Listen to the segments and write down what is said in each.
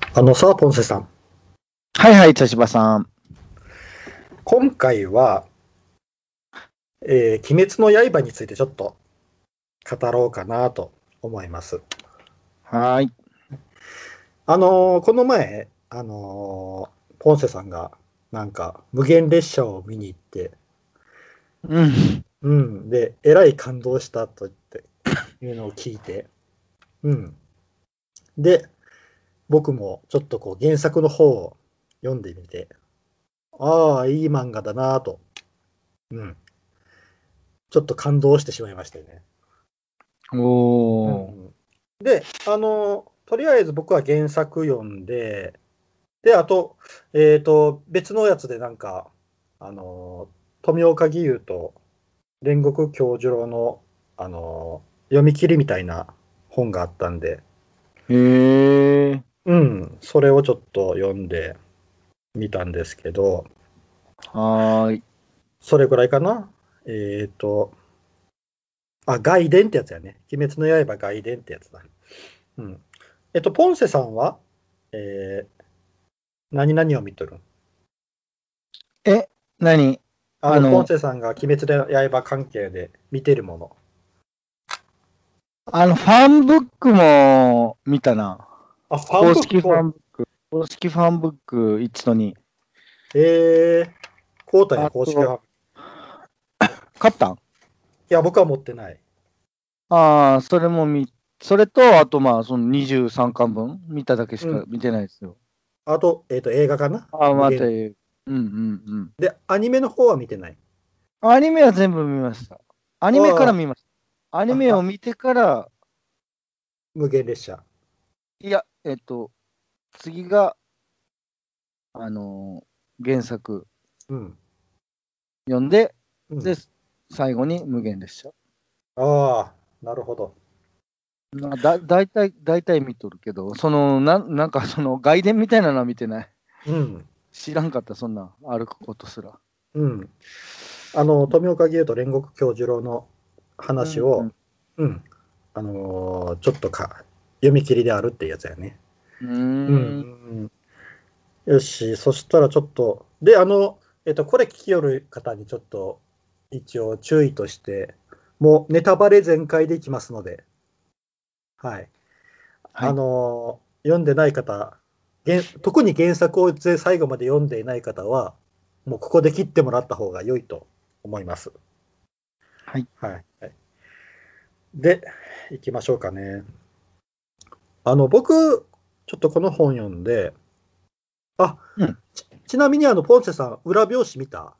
さあ、ポンセさん。 はいはい、茶芝さん。 今回は、鬼滅の刃についてちょっと語ろうかなと思います。 はい。 この前、ポンセさんが、無限列車を見に行って、 うん。 うん、で、えらい感動したと言っていうのを聞いて、うん。で、僕もちょっとこう原作の方を読んでみて、ああ、いい漫画だなと、うん、ちょっと感動してしまいましたよね。うおー。 ん、で、とりあえず僕は原作読んで、で、あと、別のやつで富岡義勇と煉獄杏寿郎の、読み切りみたいな本があったんで、 へえ。 うん、それをちょっと読んでみたんですけど、 はーい。 それぐらいかな。えっと、外伝ってやつやね。鬼滅の刃外伝ってやつだ。うん。ポンセさんは、え何々を見とるん？ え、何ポンセさんが鬼滅の刃関係で見てるもの。 ファンブックも見たな。 あ、ファン公式ファブックを、 ンブック。公式ファンブック1と2。 えー、コータやあと、 公式は。 買ったん？ いや、僕は持ってない。 ああ、それと、あとその23巻分見ただけしうん。 か見てないですよ。 あと、映画かなああ、 無限。 待て。うんうんうん。 で、アニメの方は見てない。 アニメは全部見ました。アニメからあ見ました。アニあ、 メを見てから、 無限列車。 いや、次が、原作うん。 読んで、で、 うん。 最後に無限列車。 ああ、なるほど。 大体見とるけど、なんかその外伝みたいなのは見てない。 うん。 知らんかった、そんな歩くことすら。 うん。富岡義勇と煉獄杏寿郎のう話を、 んうん。 うん。ちょっと読み切りであるっていうやつやね。 ううん。 ーん。 うん。よし、そしたらちょっと、で、これ聞きよる方にちょっと一応注意として、もうネタバレ全開でいきますので、はい。 はい。 読んでない方、特に原作を最後まで読んでいない方は、もうここで切ってもらった方が良いと思います。 はい。 はい。はい。で、行きましょうかね。僕、ちょっとこの本読んで、あ、 うん。 ちなみにポンセさん、裏表紙見た？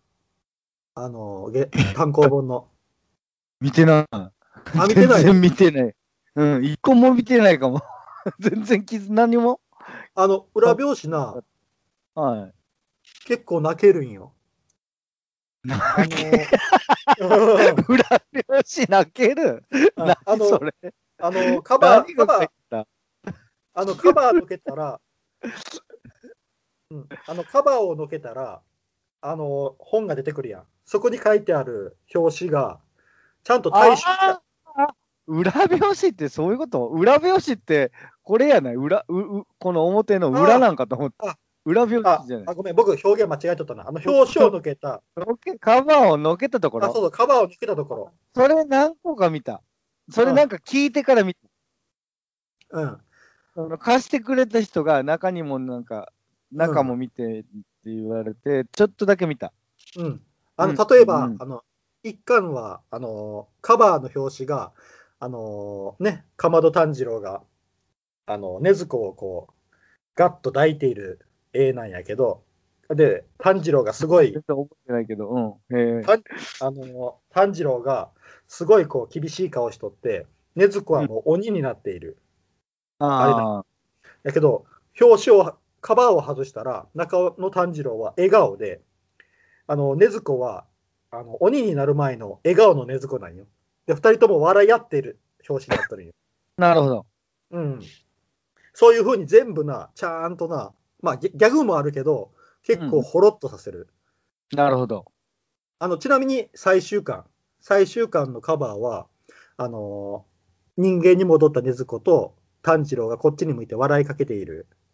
単行本の。 見てない。 あ、見てない。 全然見てない。うん、一個も見てないかも。全然何も。 裏表紙な、 は結構泣けるんよ。 い。 あ泣け、 の、うん裏表紙泣ける。何あそれ。何が書いてた？ カバーのけたら、うん、カバーをのけたら、本が出てくるやん。そこに書いてある表紙が、ちゃんと大衆ああ、裏表紙ってそういうこと？裏表紙って、これやないこの表の裏あなんかと思って。 あ、 裏表紙じゃない。 ごめん、僕表現間違えとったな。表紙をのけた、 カバーをのけたとこそうろ。 そう、カバーをのけたところ。 それ何個か見た。それうん、 なんか聞いてから見た。 うん、 貸してくれた人が中にも中もうん、 見てって言われて、ちょっとだけ見た。 うん。 うん例えば、 うん。 一巻は、カバーの表紙が、かまど炭治郎が、禰豆子をこう、ガッと抱いている絵なんやけど、で、炭治郎がすごい、 全然覚えてないけど、うん。 た炭治郎がすごいこう厳しい顔しとって、禰豆子うん。 はもう鬼になっている。あれだ。 ああ、 だけど、表紙を、カバーを外したら、中の炭治郎は笑顔で、禰豆子は鬼になる前の笑顔の禰豆子なんよ。で、二人とも笑い合っている表紙になってるんよ。 なるほど。 うん。そういうふうに全部な、ちゃんとな、まあギャグもあるけど、結構うん。 ほろっとさせる。 なるほど。 ちなみに最終巻のカバーは、あの、人間に戻った禰豆子と炭治郎がこっちに向いて笑いかけている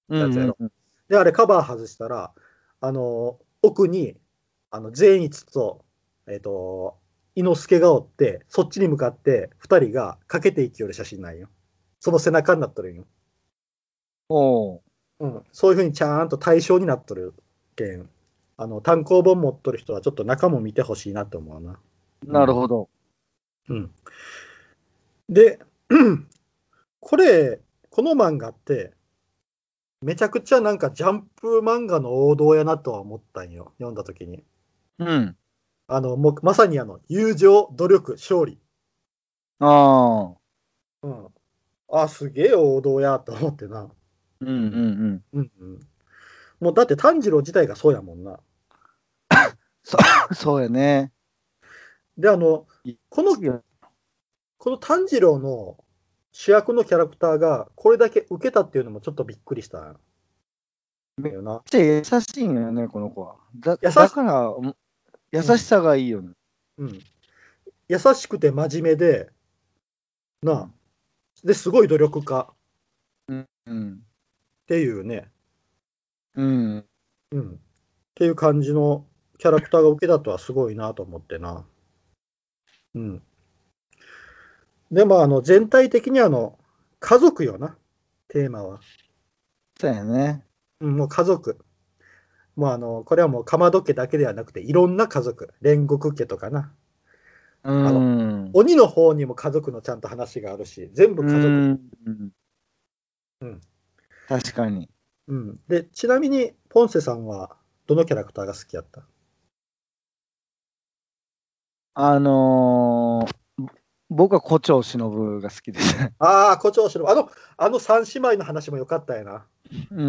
やつやろ。 うん。 で、あれカバー外したら、奥に、善逸と、伊之助がおって、そっちに向かって2人がかけていきよる写真なんよ。その背中になっとるんよ。 おう。 うん、そういうふうにちゃんと対象になっとるけん、単行本持っとる人はちょっと中も見てほしいなと思うな。 なるほど。 うん。で、これ、この漫画って、めちゃくちゃなんかジャンプ漫画の王道やなとは思ったんよ。読んだ時に。 うん。 もうまさに友情、努力、勝利。 ああ。 うん。あ、すげえ王道やと思ってな。 うんううん。 ん。 うんうん。もうだって炭治郎自体がそうやもんな。 そうやね。 で、この、 いいよ。 この炭治郎の主役のキャラクターがこれだけ受けたっていうのもちょっとびっくりしたんめっよな。 ちゃ優しいんよね、この子は。 優し、 だから、優うん、 しさがいいよね。 うん。優しくて真面目で、な、 うん。 で、すごい努力家っうん。うん。 ていうね、 うん。 うん。っていう感じのキャラクターが受けたとはすごいなと思ってな。うん。でも、全体的に家族よな、テーマは。 そうやね。 うん、もう家族。もうこれはもうかまど家だけではなくて、いろんな家族。煉獄家とかな。 うあの、 ん。 鬼の方にも家族のちゃんと話があるし、全部う家族。 ん。 うん。 確かに。 うん。で、ちなみに、ポンセさんは、どのキャラクターが好きやった？ あのー僕は胡蝶忍が好きです。 ああ、胡蝶忍。三姉妹の話もよかったやな。 うん。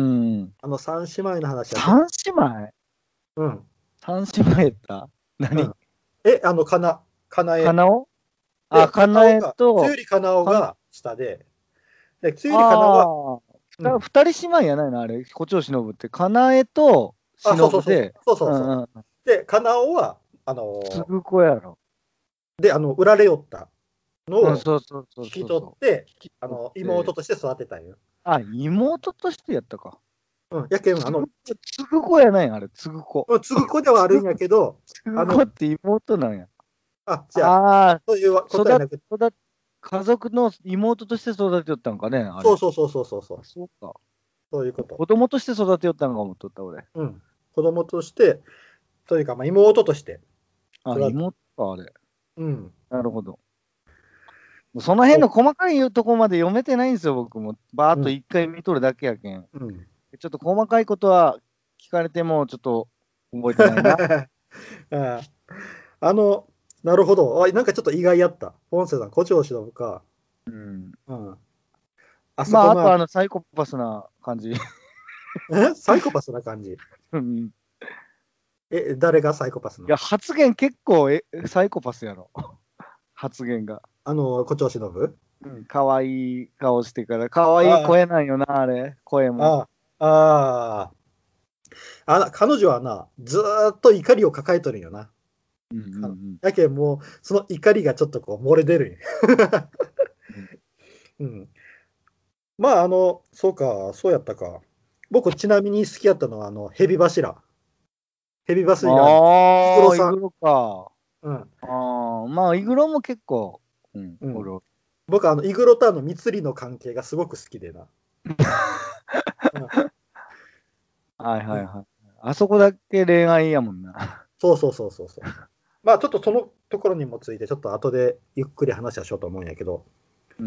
三姉妹の話はちょっと、 三姉妹うん。 三姉妹やった何うん。え、かなえ。 かなおあ、 で、 かなえと、 つゆりかなおかが下で、で、つゆりかなおは、 ああ、 うん。 二人姉妹やないのあれ、胡蝶忍って。かなえとあ、そうそうそうそう。 忍で、 そうそうそうんうん。 う。で、かなおは、 つぐ子やろ。 で、売られよったのうん、 をそうそうそう引き取そうそう。 って、 取って、 妹として育てたんよ。 あ、妹としてやったか。 うん。やけん、 つぐ子やないんあれ、つぐ子。 継ぐ子ではあるんやけど、 つぐあの、 子って妹なんや。 じゃあ、 ああ、 そういうことやなくて、 家族の妹として育てよったんかね、あれ。 そうそうそうそうそうそう、 そうか。 そういうこと。 子供として育てよったんか思っとった、俺。 うん。子供として、というか、まあ、妹としてあ、 育て、 妹か、あれ。 うん。 なるほど。その辺の細かいとこまで読めてないんですよ、僕も。バーっうん。 と一回見とるだけやけん。 うん。 ちょっと細かいことは聞かれても、ちょっと覚えてないな。 ああの、なるほど。なんかちょっと意外やった。ポンセさん、胡蝶忍か。 うん。 うん。あそまあ、あこの、 とサイコパスな感じ。 サイコパスな感じ。 うんい誰がサイコパスな？ や、発言結構サイコパスやろ。発言が。 胡蝶忍？ うん、可愛い顔してから、可愛いあ声なんよな、あれ。声も。 あ、ああ、彼女はな、ずーっと怒りを抱えとるんよな。 うんうんやけんもう、その怒りがちょっとこう漏れ出るんよ。 うん。 うん。まあ、そうか、そうやったか。僕、ちなみに好きやったのは、ヘビ柱。ヘビ柱のイグああ、イロさん。 グロか。 うん。 ああ、まあ、イグロも結構、うん、 うん。 おる。 僕、イグロと蜜りの関係がすごく好きでな。うん。 はいうん。 はいはい。あそこだけ恋愛やもんな。 そうそうそうそうそう。まあ、ちょっとそのところにもついて、ちょっと後でゆっくり話はしようと思うんやけど、 うん。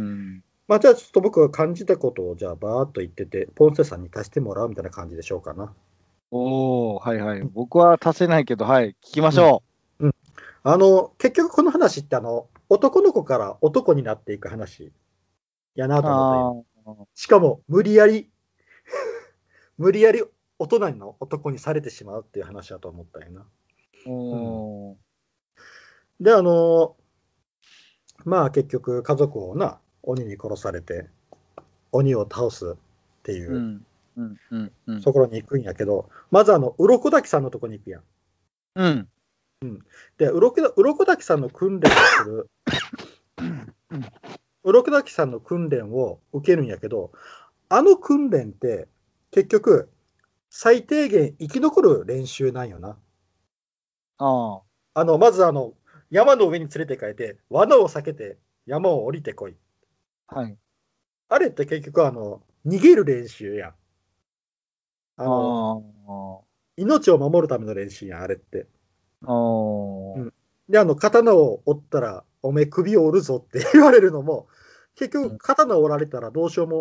まあ、じゃあちょっと僕が感じたことを、じゃあバーっと言ってて、ポンセさんに足してもらうみたいな感じでしょうかな。 おお、はいはい。僕は足せないけど、はい、聞きましうん。 ょうん。結局この話って男の子から男になっていく話やなう。 と思ったよ。 ああ、 しかも無理やり大人の男にされてしまうっていう話だと思ったよな。 おうん。 お、 で、まあ結局家族を鬼に殺されて、鬼を倒すっていううん、うん、うん、うん。 ところに行くんやけど、まず鱗滝さんのとこに行くやん。 うん。 で、鱗滝さんの訓練をする、鱗滝さんの訓練を受けるんやけど、あの訓練って、 結局、最低限生き残る練習なんよな。 あまず山の上に連れて行かれて、罠を避けて山を降りてこい。 あ、はい。 あれって結局逃げる練習やん。 ああ、 命を守るための練習やん、あれって。 ああ、 うん。で、刀を折ったら、おめえ首を折るぞって言われるのも、結局、 うん、 刀を折られたら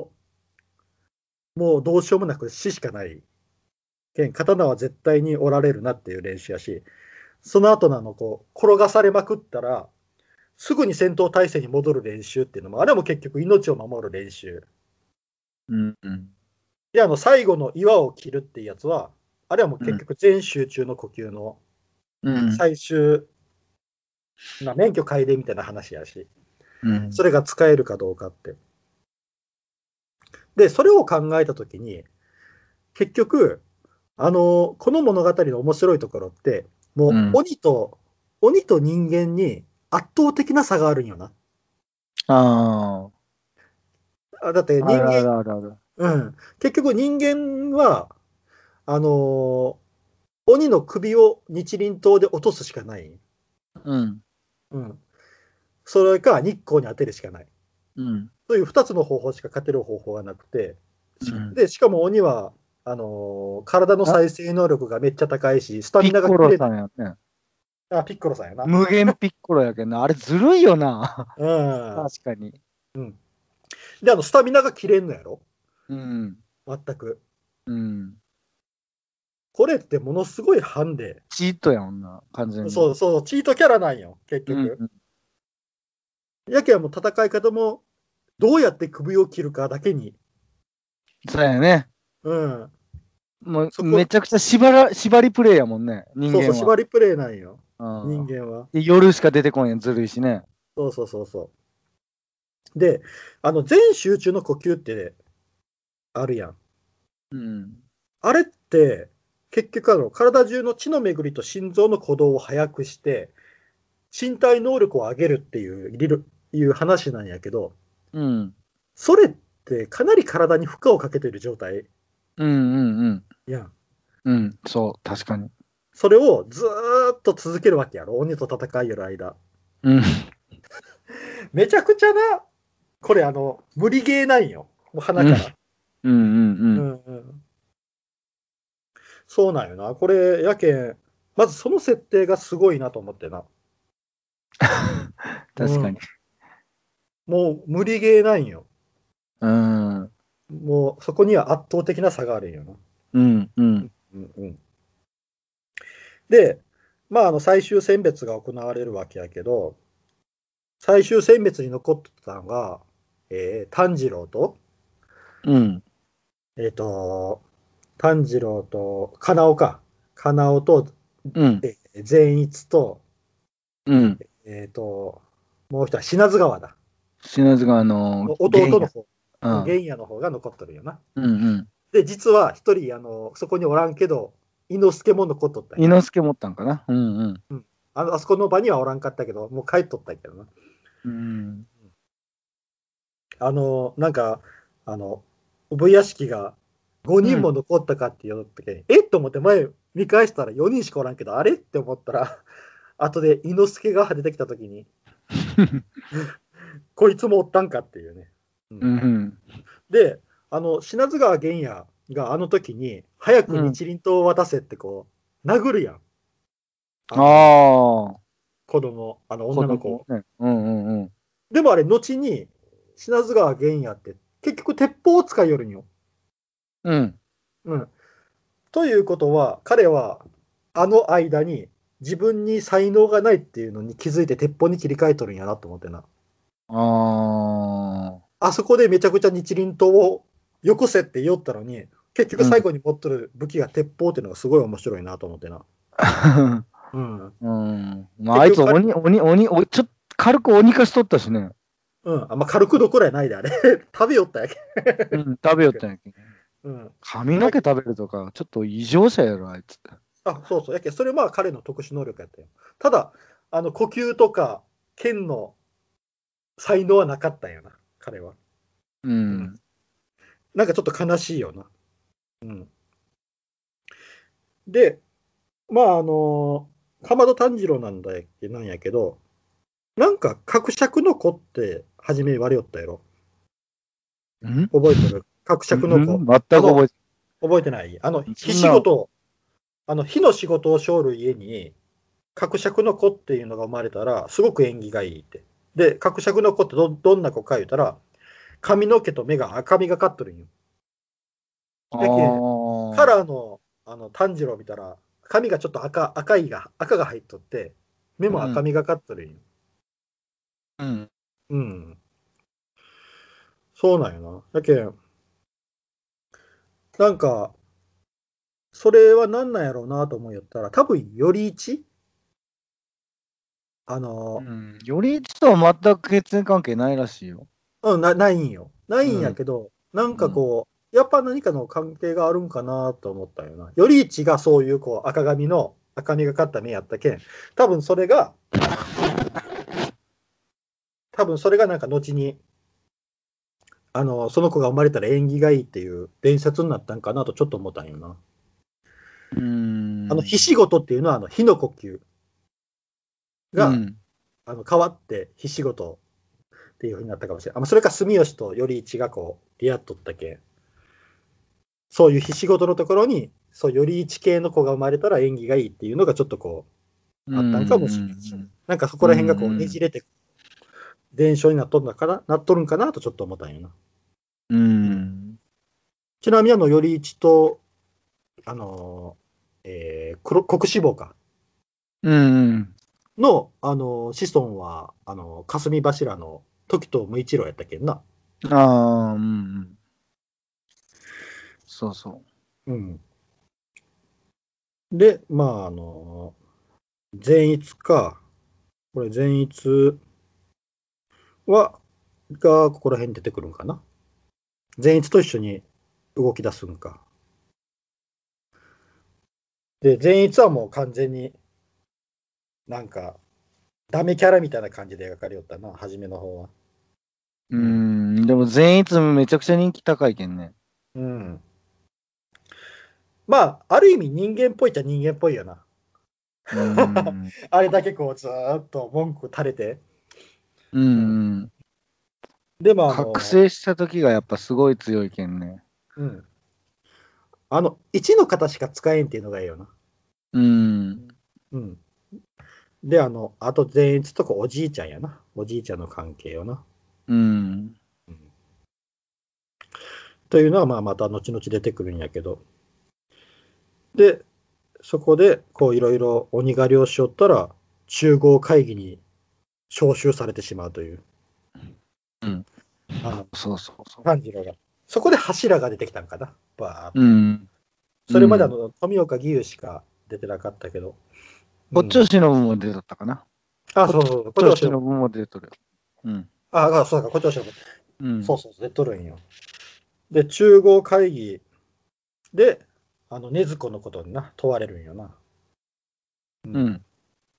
もうどうしようもなく死しかない。刀は絶対に折られるなっていう練習やし、その後の転がされまくったら、すぐに戦闘態勢に戻る練習っていうのも、あれも結局命を守る練習。 うん、うん、 で、最後の岩を切るっていうやつは、あれはもううん、 結局全集中の呼吸のうん、 最終免許改伝みたいな話やし、 うん、 それが使えるかどうかって。で、それを考えたときに、結局、この物語の面白いところって、もううん。 鬼と人間に圧倒的な差があるんよな。 あだってあ、あるあ人間、 るあるある。 結局人間は、あの鬼の首を日輪刀で落とすしかない。 うん、 うん。それか日光に当てるしかない。 うん、 という2つの方法しか勝てる方法がなくて、 うん。 しかも鬼は、体のあ、 再生能力がめっちゃ高いし、スタピミナがッコロさ切れない。 んやね。 あ、ピッコロさんやな。 無限ピッコロやけんな。あれずるいよな。 うん。 確かに。 うん。で、スタミナが切れんのやろうん、 全く。 うん。 これってものすごいハンデ。 チートやもんな、完全に。 そうそう、チートキャラなんよ、結うん、 局。やけんもう戦い方も、どうやって首を切るかだけに。 そうやね。 うん。 もう、 そこ、 めちゃくちゃ縛りプレイやもんね、人そうそう、 間は。 縛りプレイなんよ。人うん。 間は。 で、夜しか出てこんやん、ずるいしね。 そうそうそうそう。で、全集中の呼吸ってあるやん。 うん。 あれって、結局体中の血の巡りと心臓の鼓動を速くして、身体能力を上げるっていう話なんやけど、 うん。 それってかなり体に負荷をかけてる状態うんうんうん。 やん。 うん、そう、確かに。 それをずーっと続けるわけやろ、鬼と戦いよる間。 うん。 めちゃくちゃな、これ無理ゲーなんよ。もう鼻うん。 から。 うんうんううん。 んうん。そうなんよな。これ、やけん、まずその設定がすごいなと思ってな。う確かに。 ん。もう無理ゲーなんよ。 うん。うんもうそこには圧倒的な差があるんよな。 うん。 うんうん。で、まあ、最終選別が行われるわけやけど、最終選別に残ってたのが、炭治郎と、 うん。 えっと、炭治郎と、金尾か。金尾と、 うん。 善逸と、 うん。 えっと、もう一人は品津川だ。 品津川の原野。 弟の方、 うん。 玄也の方が残ってるよな。 うんうん。 で、実は一人、そこにおらんけど、伊之助も残っとったんや。 伊之助持ったんかな。うんうん。 うん。あそこの場にはおらんかったけど、もう帰っとったんやけどな。 うん。 なんか、産屋敷が5人もうん。 残ったかって言った時えっと思って前見返したら4人しかおらんけど、あれって思ったら、後で伊之助が出てきた時に、こいつもおったんかっていうね。ううん、 ん。 で、品津川玄也があの時に、早くうん。 日輪刀を渡せって殴るやん。 ああの、 あ、 子供、 子女の子。 供ね。うんうんうん。 でもあれ、後に、品津川玄也って結局鉄砲を使いよるんよ。 うん。 うん。ということは、彼はあの間に自分に才能がないっていうのに気づいて鉄砲に切り替えとるんやなと思ってな。 ああ、 あそこでめちゃくちゃ日輪刀をよこせって言おったのに、結局うん。 最後に持っとる武器が鉄砲っていうのがすごい面白いなと思ってな。うん。 うん。まあ、あいつ結局ちょっと軽く鬼化しとったしね。 うん。まあ、軽くどころやないで、あれ。食べよったやけ。 うん、食べよったんやけん。 うん。 髪の毛食べるとか、ちょっと異常者やろ、あいつ。 そうそう。やけそれは彼の特殊能力やったよ。ただ、呼吸とか剣の才能はなかったんやな、彼は。 ううん。 ん。 なんかちょっと悲しいよな。 うん。で、まあ、鎌田炭治郎なんやけど、なんか、伯爵の子って初め言われよったやろ。 ん覚えてる？伯爵の子。 全く覚えて覚えてない？ ない。そ火んな、 仕事、火の仕事をしょる家に、伯爵の子っていうのが生まれたら、すごく縁起がいいって。で、伯爵の子ってどんな子か言うたら、髪の毛と目が赤みがかっとるんよ。 あやけん、カあ、 ラーの、炭治郎見たら、髪がちょっと赤が入っとって、目も赤うん、 みがかっとるんよ。 うん、 うん。そうなんよな。やけん、なんか、それは何なんやろうなと思いよったら、多分、より一あの、 うん。より一とは全く血縁関係ないらしいよ。 ないんよ。ないんやうん、 けど、なんうん、 かこう、やっぱ何かの関係があるんかなと思ったよな。より一がそういうこう赤髪の赤みがかった目やったけん、多分それが、多分それがなんか後に、その子が生まれたら縁起がいいっていう伝説になったんかなとちょっと思ったんよな。 うー火ん、 仕事っていうのは、火の呼吸が、 うん、 変わって火仕事っていうふうになったかもしれない。それか住吉と頼一がこう、出会っとったけん、そういう火仕事のところに、そう頼一系の子が生まれたら縁起がいいっていうのがちょっとこうう、あったんかもしれないし、 ん、 なんかそこうら辺がこうねん、 じれて、伝承になっとるのかな、なっとるんかなとちょっと思ったんよな。 ううん、 ん、 ちなみに頼一と、黒志坊か。 うん、 の、子孫は、霞柱の時藤無一郎やったけんな。 ああ、うん、そうそうん。で、まあ、善逸か。これ、善逸が、ここら辺に出てくるんかな。善逸と一緒に動き出すんか。で、善逸はもう完全になんか、ダメキャラみたいな感じで描かれよったな、初めの方は。 う。ううん。 ん、でも善逸めちゃくちゃ人気高いけんね。 うん。まあ、ある意味人間っぽいっちゃ人間っぽいよな。 うん、 あれだけこう、ずーっと文句垂れて。 ううん。 ん、 でも、 覚醒した時がやっぱすごい強いけんね。 うん。1の方しか使えんっていうのがいいよな。 うん、 うん。で、あと善逸とかおじいちゃんやな。おじいちゃんの関係よな。 うん、 うん、というのは、まあ、また後々出てくるんやけど。で、そこで、こう、いろいろ鬼狩りをしよったら、中合会議に招集されてしまうという、 うん、 あの、 そうそうそ炭治郎が。そこで柱が出てきたんかな。バーっう。うと。 ん、 それまでうん。 富岡義勇しか出てなかったけど。うこっちのん。 忍も出とったかな。 あ、 こっそうそうそう。 ちのこっちの忍も出とるよ。うん。 そうか、こっちの人。 うん。 そうそうそう、出とるんよ。で、中合会議で、禰豆子のことにな、問われるんよな。うん。 うん。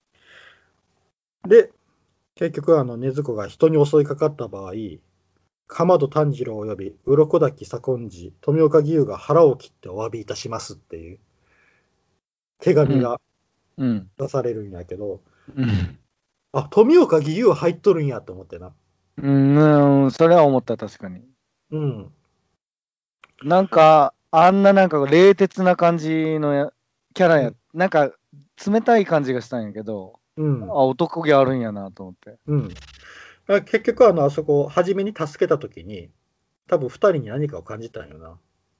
で、結局、禰豆子が人に襲いかかった場合、鎌戸炭治郎及び鱗滝左近次、富岡義勇が腹を切ってお詫びいたしますっていう手うん。 紙がうん。 出されるんやけど、 うん。 富岡義勇入っとるんやと思ってな。 うん、それは思った、確かに。 うん。 なんか、あんななんか冷徹な感じのキャラや、 うん。 なんか冷たい感じがしたんやけど、 うん。 男気あるんやなと思って。 うん。結局、あそこ、初めに助けたときに、多分二人に何かを感じたんよな。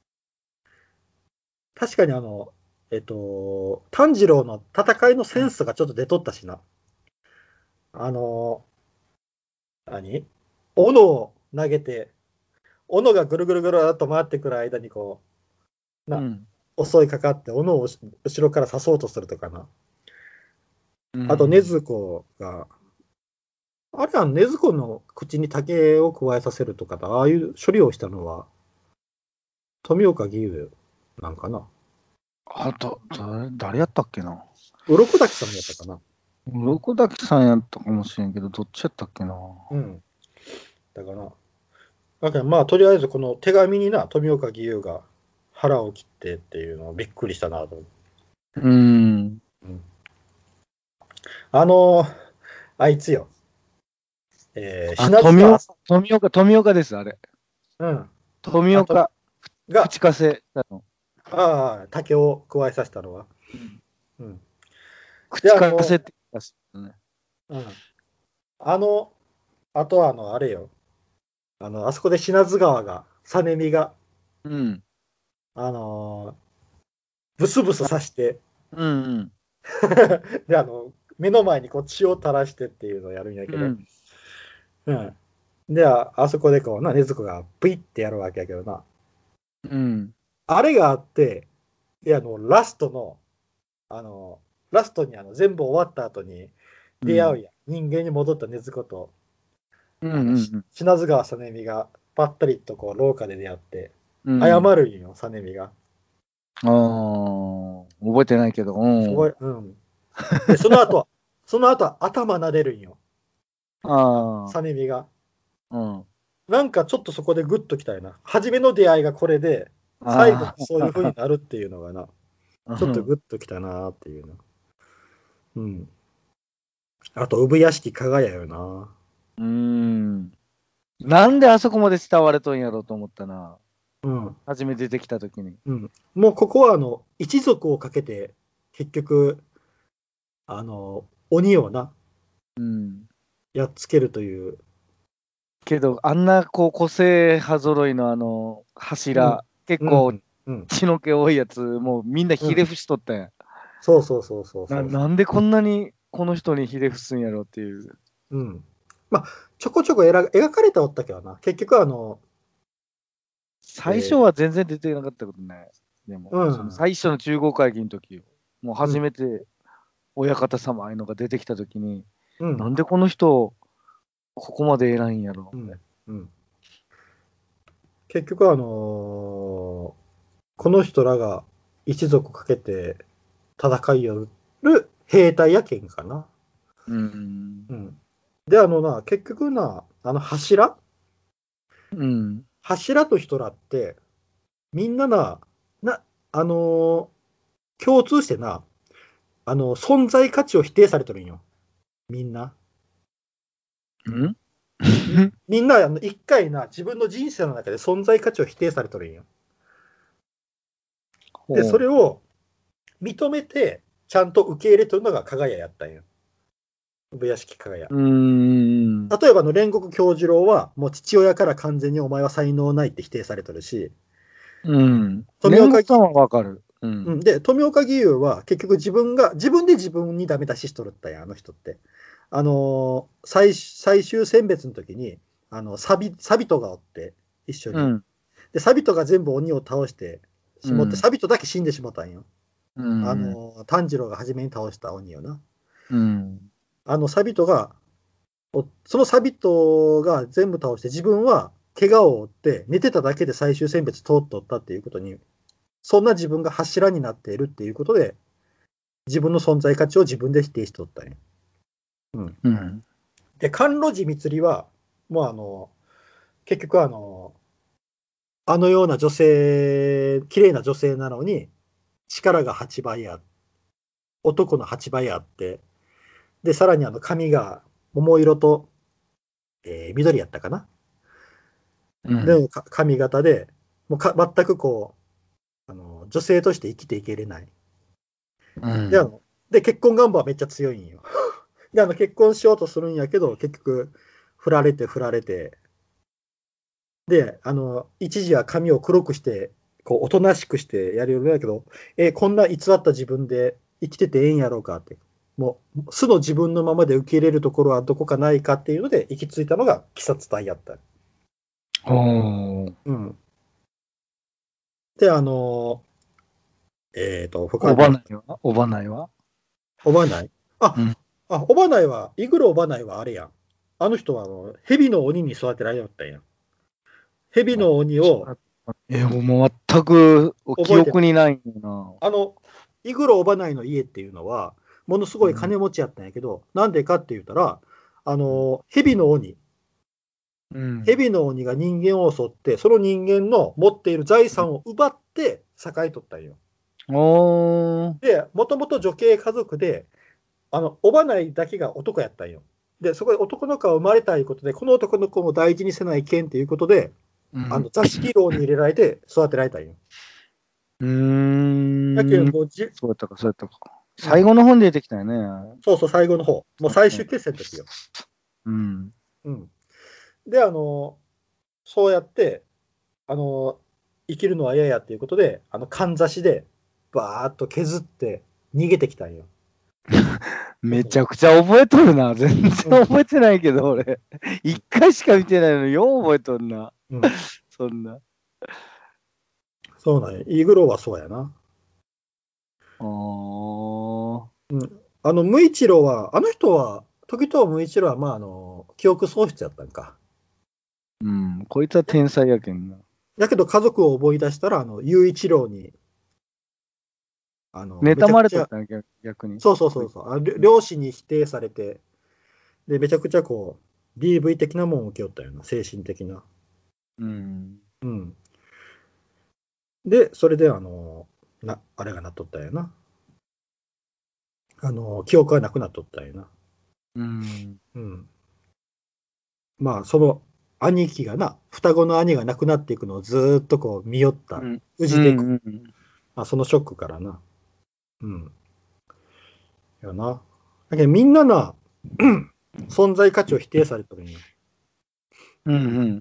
確かに炭治郎の戦いのセンスがちょっと出とったしな。あの、何斧を投げて、斧がぐるぐるぐるっと回ってくる間にこう、 うん。 襲いかかって斧を後ろから刺そうとするとかな。 うあと、禰ん。 豆子が、あれは禰豆子の口に竹を加えさせるとかだ、ああいう処理をしたのは、富岡義勇なんかな。 あと、誰やったっけな。 鱗滝さんやったかな。 鱗滝さんやったかもしれんけど、どっちやったっけな。 うん。だから、だからまあ、とりあえずこの手紙にな、富岡義勇が腹を切ってっていうのをびっくりしたなと思って。 うん。 あいつよ。 あ、 品津川さ富岡です、あれ。 ん。うん。あと、 富岡、 が、 口かせたの。 竹を加えさせたのは。 うん、 うん。で、 口かせって言いますね。 うん。あの、あとはあれよ。あそこで品津川が、実美が、 うん。 あのブスブス刺して、 うんうん。 で、目の前にこう血を垂らしてっていうのをやるんやけど、 うん。 うん。で、あそこでこうな、禰豆子がプイってやるわけやけどな。 うん。 あれがあって、で、あの、ラストに全部終わった後に出会うやん。人間に戻った禰豆子と、 うんうん品津川実美がぱったりとこう廊下で出会って、 うん。 謝うん。 るんよ、実美が。 ああ、覚えてないけど。うん。 うん。で、その後は頭撫でるんよ、 あ実美が。 あ、うん。 なんかちょっとそこでグッときたよな。初めの出会いがこれで、最後あそういう風になるっていうのがな、 あ、 ちょっとグッときたなっていうの。うん。あと、産屋敷かがやよな。 うん。なんであそこまで慕われとんやろうと思ったな。 うん。 初め出てきたときに。 うん。もうここは一族をかけて、結局、鬼をな、 うん。 やっつけるという。 けど、あんなこう個性派揃いのうん。 柱、結構うん。うん。 血の気多いやつ、もうみんなうん。 ひれ伏しとったやん。 そうそうそうそうそうそう。 なんでこんなにこの人にひれ伏すんやろっていう。 うん。まあ、ちょこちょこ描かれておったけどな。結局最初えは全然出てなかったことない。でも、そのうん。 最初の中合会議の時よ、もううん。 初めて親方様ああいうのが出てきた時に、 うん。 なんでこの人、ここまで偉いんやろって。 うん。うん。結局この人らが一族かけて戦いよる兵隊やけんかな。 うん。 うん。で、結局な、 うん。 柱と人らって、みんなな、あのー共通してな、存在価値を否定されてるんよ。みんな。 うんみんな、一回な、自分の人生の中で存在価値を否定されてるんよ。で、そほれを認めて、ちゃんと受け入れてるのが加賀屋やったんよ。産屋敷加賀屋。 う。うん。 例えば煉獄杏寿郎は、もう父親から完全にお前は才能ないって否定されてるし、 うん。 富岡義煉獄さんはわかる。うん。 うん、で、富岡義勇は結局自分で自分にダメ出ししとるったんや、あの人って。最終選別の時に、サビトがおって、一緒に。 うん。 で、サビトが全部鬼を倒してしもって、 うん。 サビトだけ死んでしもたんよ。 うん。 炭治郎が初めに倒した鬼をな。 うん。 サビトが、そのサビトが全部倒して、自分は怪我を負って寝てただけで最終選別通っとったっていうことに、そんな自分が柱になっているっていうことで、自分の存在価値を自分で否定しとったんや。うん。 うん。 で、甘露寺光は、もう結局あのような女性、綺麗な女性なのに、力が8倍男の8倍あって、で、さらに髪が桃色と、緑やったかな。 うん。 で、髪型で、もう全くこう、女性として生きていけれない。で、 うん。 結婚願望はめっちゃ強いんよ。で、結婚しようとするんやけど、結局、振られて、で、一時は髪を黒くして、こう、おとなしくしてやるようだけど、こんな偽った自分で生きててええんやろうかって、もう、素の自分のままで受け入れるところはどこかないかっていうので、行き着いたのが鬼殺隊やった。 おー。 うん。で、他に、 おばないはおばないあ、 うん。 おばないは、イグロおばないはあれやん。あの人は、蛇の鬼に育てられよったんや。蛇の鬼をもう全く記覚えてない。 憶にないんだな。 あの、イグロおばないの家っていうのは、ものすごいうん。 金持ちやったんやけど、なんでかって言ったら、 うん。 蛇の鬼、 うん。 蛇の鬼が人間を襲って、その人間の持っている財産を奪って栄えとったんよ。 おー。 で、もともと女系家族で、おばないだけが男やったんよ。で、そこで男の子が生まれたいことで、この男の子も大事にせないけんということで、 うん。 座敷牢に入れられて育てられたんよ。 うーだけど、 ん。 もうそうやったか、そうやったか。 うん、 最後の本で出てきたよね。 そうそう、最後の方。もう最終決戦の時よ。 うん。 うん。で、そうやって、生きるのは嫌やっていうことで、かんざしで、バーっと削って逃げてきたんよ。 めちゃくちゃ覚えとるな。全然うん。 覚えてないけど、俺。一回しか見てないのに、よう覚えとるな。 うん。 そんな。 そうなんよ。イグロはそうやな。 あー。 うん。無一郎は、あの人は、時藤無一郎は、まあ、記憶喪失やったんか。 うん。こいつは天才やけんな。 だけど家族を思い出したら、雄一郎に、め妬まちゃくちゃ、 れとったんや、逆に。 そうそうそこいつ。 うそう、両親に否定されて、で、めちゃくちゃこう、DV 的なもんを受け負ったような、精神的な。 うん。 うん。で、それで、あれがなっとったんやな。記憶がなくなっとったんやな。 うん。 うん。まあ、その兄貴がな、双子の兄が亡くなっていくのをずーっとこう見よったうん。う氏で、 ん。うん。 まあ、そのショックからな。うん。やな。だけどみんなな、存在価値を否定されてるんよ。 うん。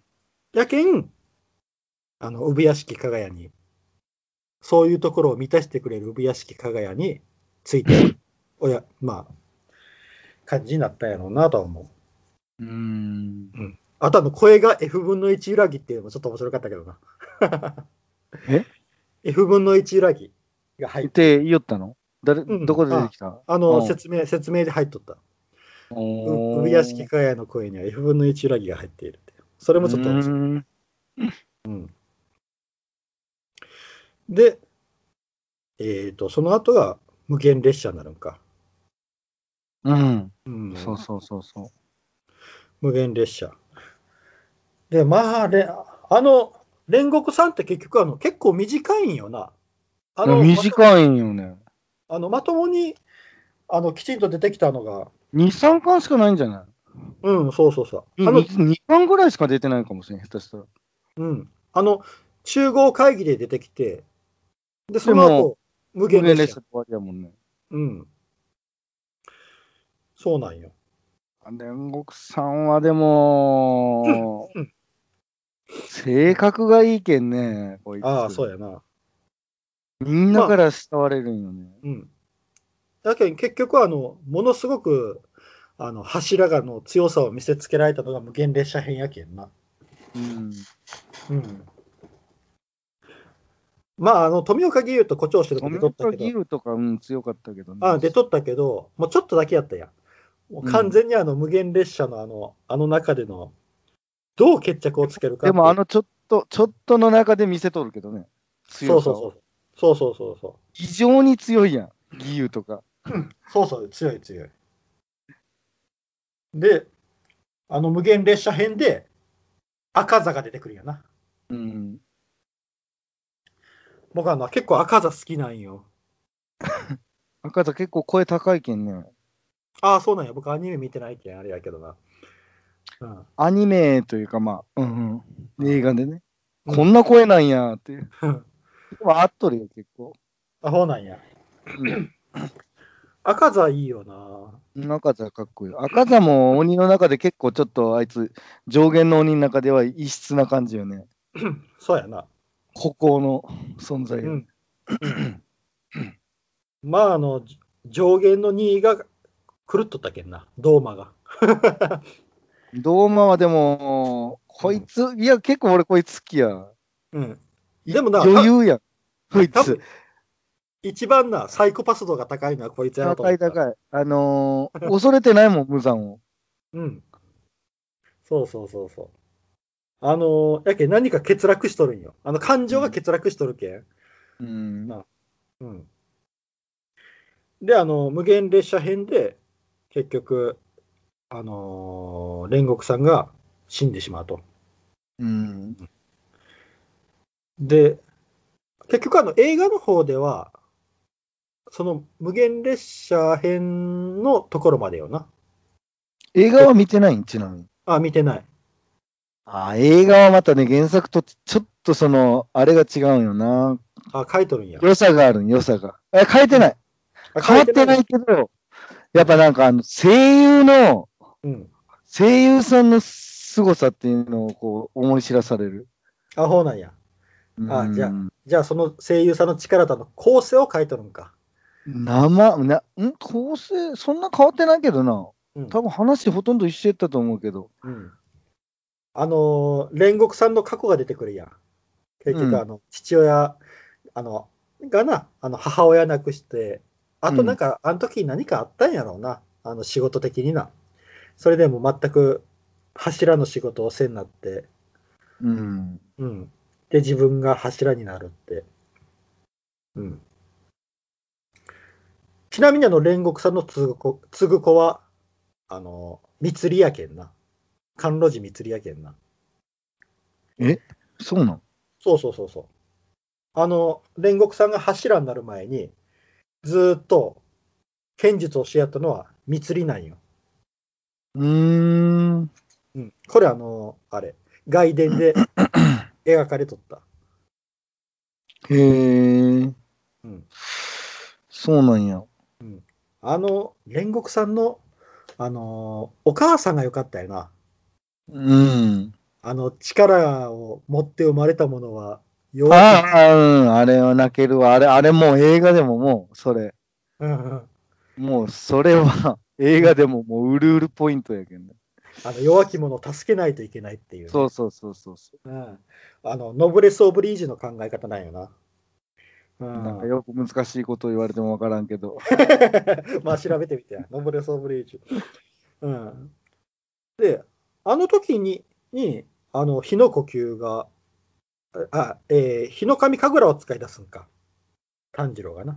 やけん、産屋敷かがやに、そういうところを満たしてくれる産屋敷かがやについていく、まあ、感じになったんやろうなとは思うん。 う。うん。あと声が F 分の1揺らぎっていうのもちょっと面白かったけどな。 え F 分の1揺らぎが入ってる。 って言おったの？ うん。 どこで出てきた？ 説明で入っとった。産屋敷おー。 かがやの声には F 分の1揺らぎが入っているって。それうもちょっと面白い。 ーん。 うん。で、その後が無限列車になるんか。 うん。 うん。 そうそうそうそ無限列車。で、まあ、煉獄さんって結局結構短いんよな。 う。いや、短いんよね。 まともに、きちんと出てきたのが、 2、3巻しかないんじゃない？ うん、そうそうそう。 2巻ぐらいしか出てないかもしれん、下手したら。 うん。集合会議で出てきて、で、そでも、 の後、無限列車。 無限列車で終わりやもんね。 うん。そうなんよ。 煉獄さんはでも、 うん。 性格がいいけんね、こいああ、そうつ。 やな。 みんなまあ、 から慕われるんよね。 うん。だけど結局ものすごく、柱がの強さを見せつけられたのが無限列車編やけんな。 うん。 うん。まあ、富岡義勇と誇張してると出富とったけど、 岡義勇とか、うん、強かったけどね。 出とったけど、もうちょっとだけやったやん。もううん。 完全に無限列車の中での、どう決着をつけるかでも、 っていう。 ちょっとの中で見せとるけどね。強さを。 そうそうそう。そうそうそうそ非常に強いやん。義勇とか。 う。そうそう、強い強い。で、無限列車編で赤座が出てくるんやな。 うん。 僕結構赤座好きなんよ。 赤田結構声高いけんね。 ああ、そうなんや。僕アニメ見てないけんあれやけどな。うん。 アニメというか、まあ、うんうん。映画でね。 うん。 こんな声なんやっていう。 うん。 でも合っとるよ、結構。 あ、そうなんや。 うん。 赤座いいよな。 赤座かっこいい。赤座も鬼の中で結構ちょっとあいつ、上限の鬼の中では異質な感じよね。 そうやな。 孤高の存在よね。 うん。うん。まあ、上限の2が狂っとったけんな、ドーマが。 ドーマはでも、こいつ、いや、結構俺こいつ好きや。 うん。でも余裕やん、こいつ。 多分一番サイコパス度が高いのはこいつやろうと思った。 高い高い。恐れてないもん、無残を。 うん。そうそうそうそう。やけん何か欠落しとるんよ。感情がうん。 欠落しとるけん。 うん。 なうん。で、無限列車編で、結局、煉獄さんが死んでしまうと。 うん。 で、 結局映画の方では、その無限列車編のところまでよな。 映画は見てないんちなみに。 あ、見てない。 映画はまたね、原作とちょっとあれが違うんよな。 あ、書いとるんや。 良さがあるん、良さが。変えてない。 あ、 変わってないけど、やっぱなんかうん。 声優さんの凄さっていうのをこう思い知らされる。 あ、そうなんや。 うあ、 ん。 じゃあその声優さんの力と構成を書いとるんか。 構成、そんな変わってないけどな。 うん。 多分話ほとんど一緒やったと思うけど。 うん。煉獄さんの過去が出てくるやん。結うん。 局父親、がな、母親亡くして、あうん。 となんか、あの時何かあったんやろうな。仕事的にな。それでも全く柱の仕事をせんなって、 うん。 うん。で、自分が柱になるって。うん。ちなみに煉獄さんの継ぐ子は、蜜りやけんな。甘露寺蜜りやけんな。 え、そうなん？ そうそうそうそう。煉獄さんが柱になる前に、ずーっと剣術を教え合ったのは蜜りなんよ。 うーん。 うん。これあれ、外伝で描かれとった。 へえ、 うん。 そうなんや。 うん。煉獄さんの、お母さんが良かったよな。 うん。 力を持って生まれたものは弱く、 あれは泣けるわ。あれもう映画でももう、 うんうんもうそれは映うん、 画でももううるうるポイントやけんね。 弱き者を助けないといけないっていうね。 そうそうそうそうそうん。ノブレス・オブ・リージュの考え方なんよな。うう。なんかん。 よく難しいこと言われてもわからんけど。 まあ調べてみてや。ノブレス・オブ・リージュ。うん。で、あの時に火の呼吸が、火の神神楽を使い出すんか。炭治郎がな。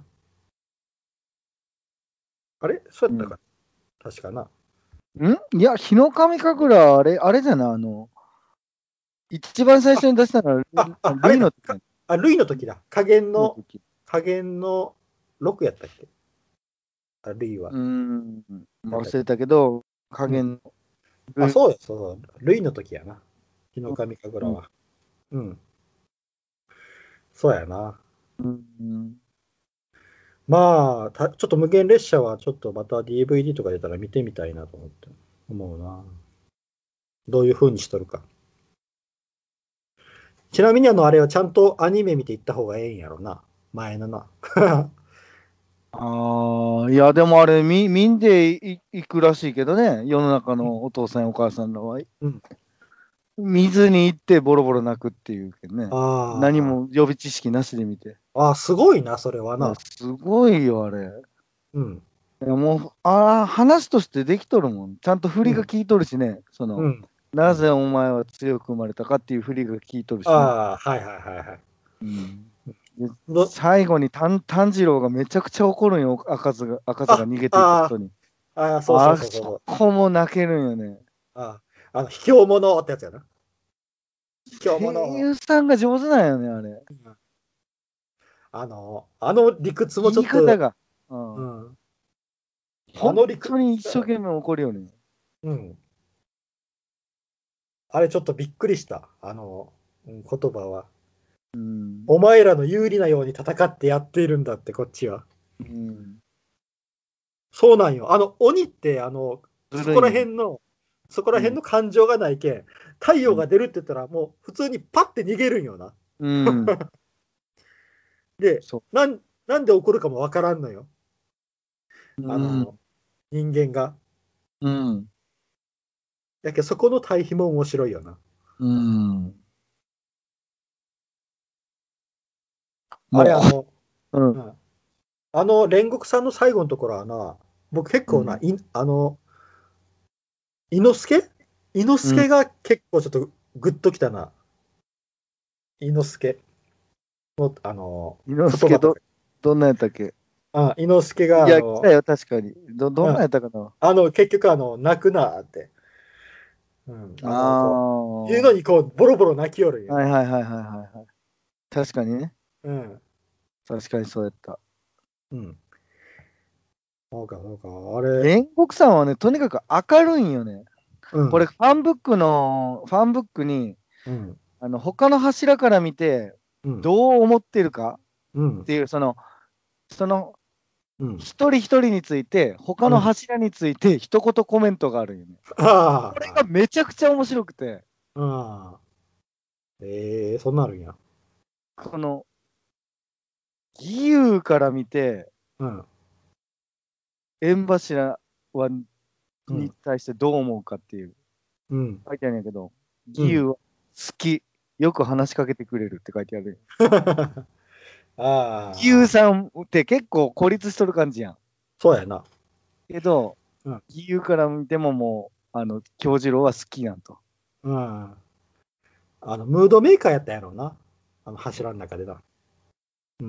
あれそうやったか。確かな。 いや、日の神神楽、あれじゃない、一番最初に出したのは、 あれだ。 ルイの時やん。 ルイの時だ。 の時。 加減の6やったっけルイは。 忘れたけど、加うん。 減のあ、 ルイ、 そうです。そう。ルイの時やな。日の神神楽うんは。うん。そうやな。 うんまあ、ちょっと無限列車はちょっとまた DVD とか出たら見てみたいなと思うな。どういう風にしとるか。ちなみにあれはちゃんとアニメ見ていった方がええんやろな。前のな。 いや、でもあれ、見んでいくらしいけどね、世の中のお父さんやお母さんらは、 うん。 見ずに行ってボロボロ泣くっていうけどね、何あも予備知識なしで見て。 あ。ああ、すごいな、それはいや、 な。 すごいよ、あれ。 うん。 いや、もう、話としてできとるもん。ちゃんと振うん。 りが効いとるしね、 うん。うなぜん。 お前は強く生まれたかっていう振りが効いとるしね。 ああ、はいはいはいはい。 うん。での、 最後に炭治郎がめちゃくちゃ怒るんよ、赤座が逃げていくこあとに。 あ、そうそうそうそうそそう。 こも泣けるんよね。 卑怯者ってやつやな。卑怯者。 声優さんが上手なんよね、あれ。 うん。あの理屈もち言ょっと、 い方が。ううん。 ん。あ本の理屈、 当に一生懸命怒るよね。 うん。あれちょっとびっくりした。言葉は。 うん。 お前らの有利なように戦ってやっているんだって、こっちは。 うん。 そうなんよ。鬼って、そこらずるいんよ。 辺の、そこらうん。 辺の感情がないけん、太うん。 陽が出るって言ったら、もう普通にパッて逃げるんよな。 うん。 で、 そなんで怒るかもわからんのよ。 う。うあの、 ん。 人間が。 うん。 だけど、そこの対比も面白いよな。 うん。 あれ、 もう。うん。 うん。煉獄さんの最後のところはな、僕結構な、 うん。 伊之助伊之うん。 助が結構ちょっとグッときたな。伊之助の、 伊之助、 言葉とか。 どんなんやったっけ？ 伊之助が、 いや、来たよ、確かに。どうん、 んなんやったかな。 結局、泣くなって。うん、 ああいうのに、こう、ボロボロ泣きよるんよ。 はいはいはいはいはいはい。確かにね。 うん。 確かにそうやった。 うん。そうか、そうか。あれ、 煉獄さんはね、とにかく明るいんよね。これ、 うん。 ファンブックに、 うん。 他の柱から見て、 うん。 どう思ってるかうん。 っていう、その、 うん。 一人一人について、他のうん。 柱について、一言コメントがあるんよね。これがあめちゃくちゃ面白くて、 あ。ああ。ええ、そんなんあるんや。 この、義勇から見て、 うん。 縁柱は、 うん。 に対してどう思うかっていう、 うん。 書いてあるんやけど、 うん。 義勇は好き、よく話しかけてくれるって書いてある。義勇ああ。 さんって結構孤立しとる感じやん。 そうやな。 けど、 うん。 義勇から見てももう、京次郎は好きなんと。 うん。ムードメーカーやったんやろうな。柱の中でな。うん。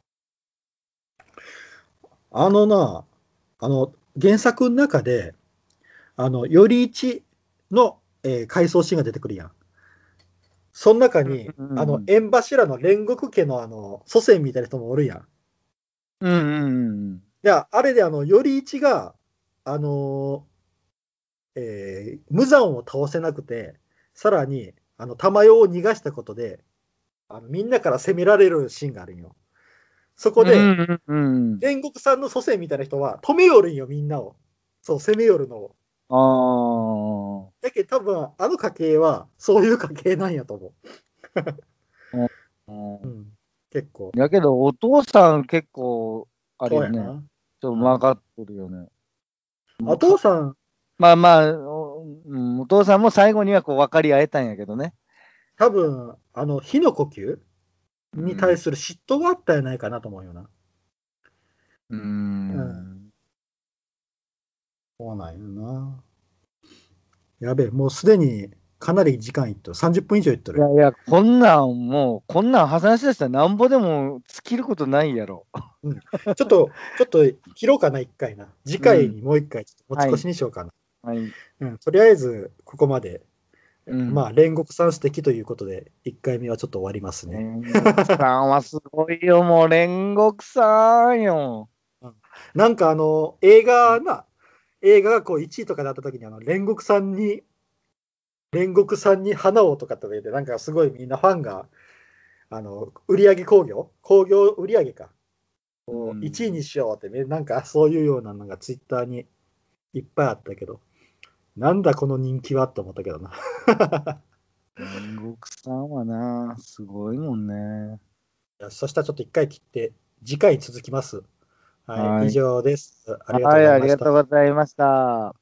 あのな、原作の中で、より一の、回想シーンが出てくるやん。その中に、 うんうん縁柱の煉獄家の祖先みたいな人もおるやん。 うんうんうんいや、あれでより一が、あの無惨を倒せなくて、さらに、玉代を逃がしたことで、みんなから責められるシーンがあるんよ。そこうんで、 うんうんうん。 煉獄さんの祖先みたいな人は止めよるんよ、みんなを。そう、攻めよるのを。 ああ。 だけど多分、あの家系は、そういう家系なんやと思うんう。うん。結構。 やけど、お父さん結構、あれよね。 そうやな。 ちょっとうん。 曲がってるよね。もおうか、 父さん、 まあまあ、お父さんも最後にはこう分かり合えたんやけどね。 多分、火の呼吸に対うん。 する嫉妬があったんやないかなと思うよな。 うーうん。 ん。 そうなんよな。やべえ、もうすでにかなり時間いっとる。30分以上いっとる。 いやいや、こんなん話し出したらなんぼでも尽きることないやろ。 うん。ちょっと切ろうかな、一回な。次回うん。 にもう一回、ちょっと持ち越はい。 しにしようかな。 はい。 うん。とりあえず、ここまで。 うん。 まあ、煉獄さん素敵ということで、一回目はちょっと終わりますね。 煉獄さんはすごいよ、もう煉獄さんよ。 うん。なんか映画がこう1位とかだった時に、煉獄さんに花をとかって言って、なんかすごいみんなファンが、売上興行売上か。 うこう1位ん。 にしようってね、なんかそういうようなのがツイッターにいっぱいあったけど、なんだこの人気はって思ったけどな。 煉獄さんはな、すごいもんね。 そしたらちょっと一回切って、次回に続きます。はい、以はい。 上です。ありがとうはい、ありがございました。 とうございました。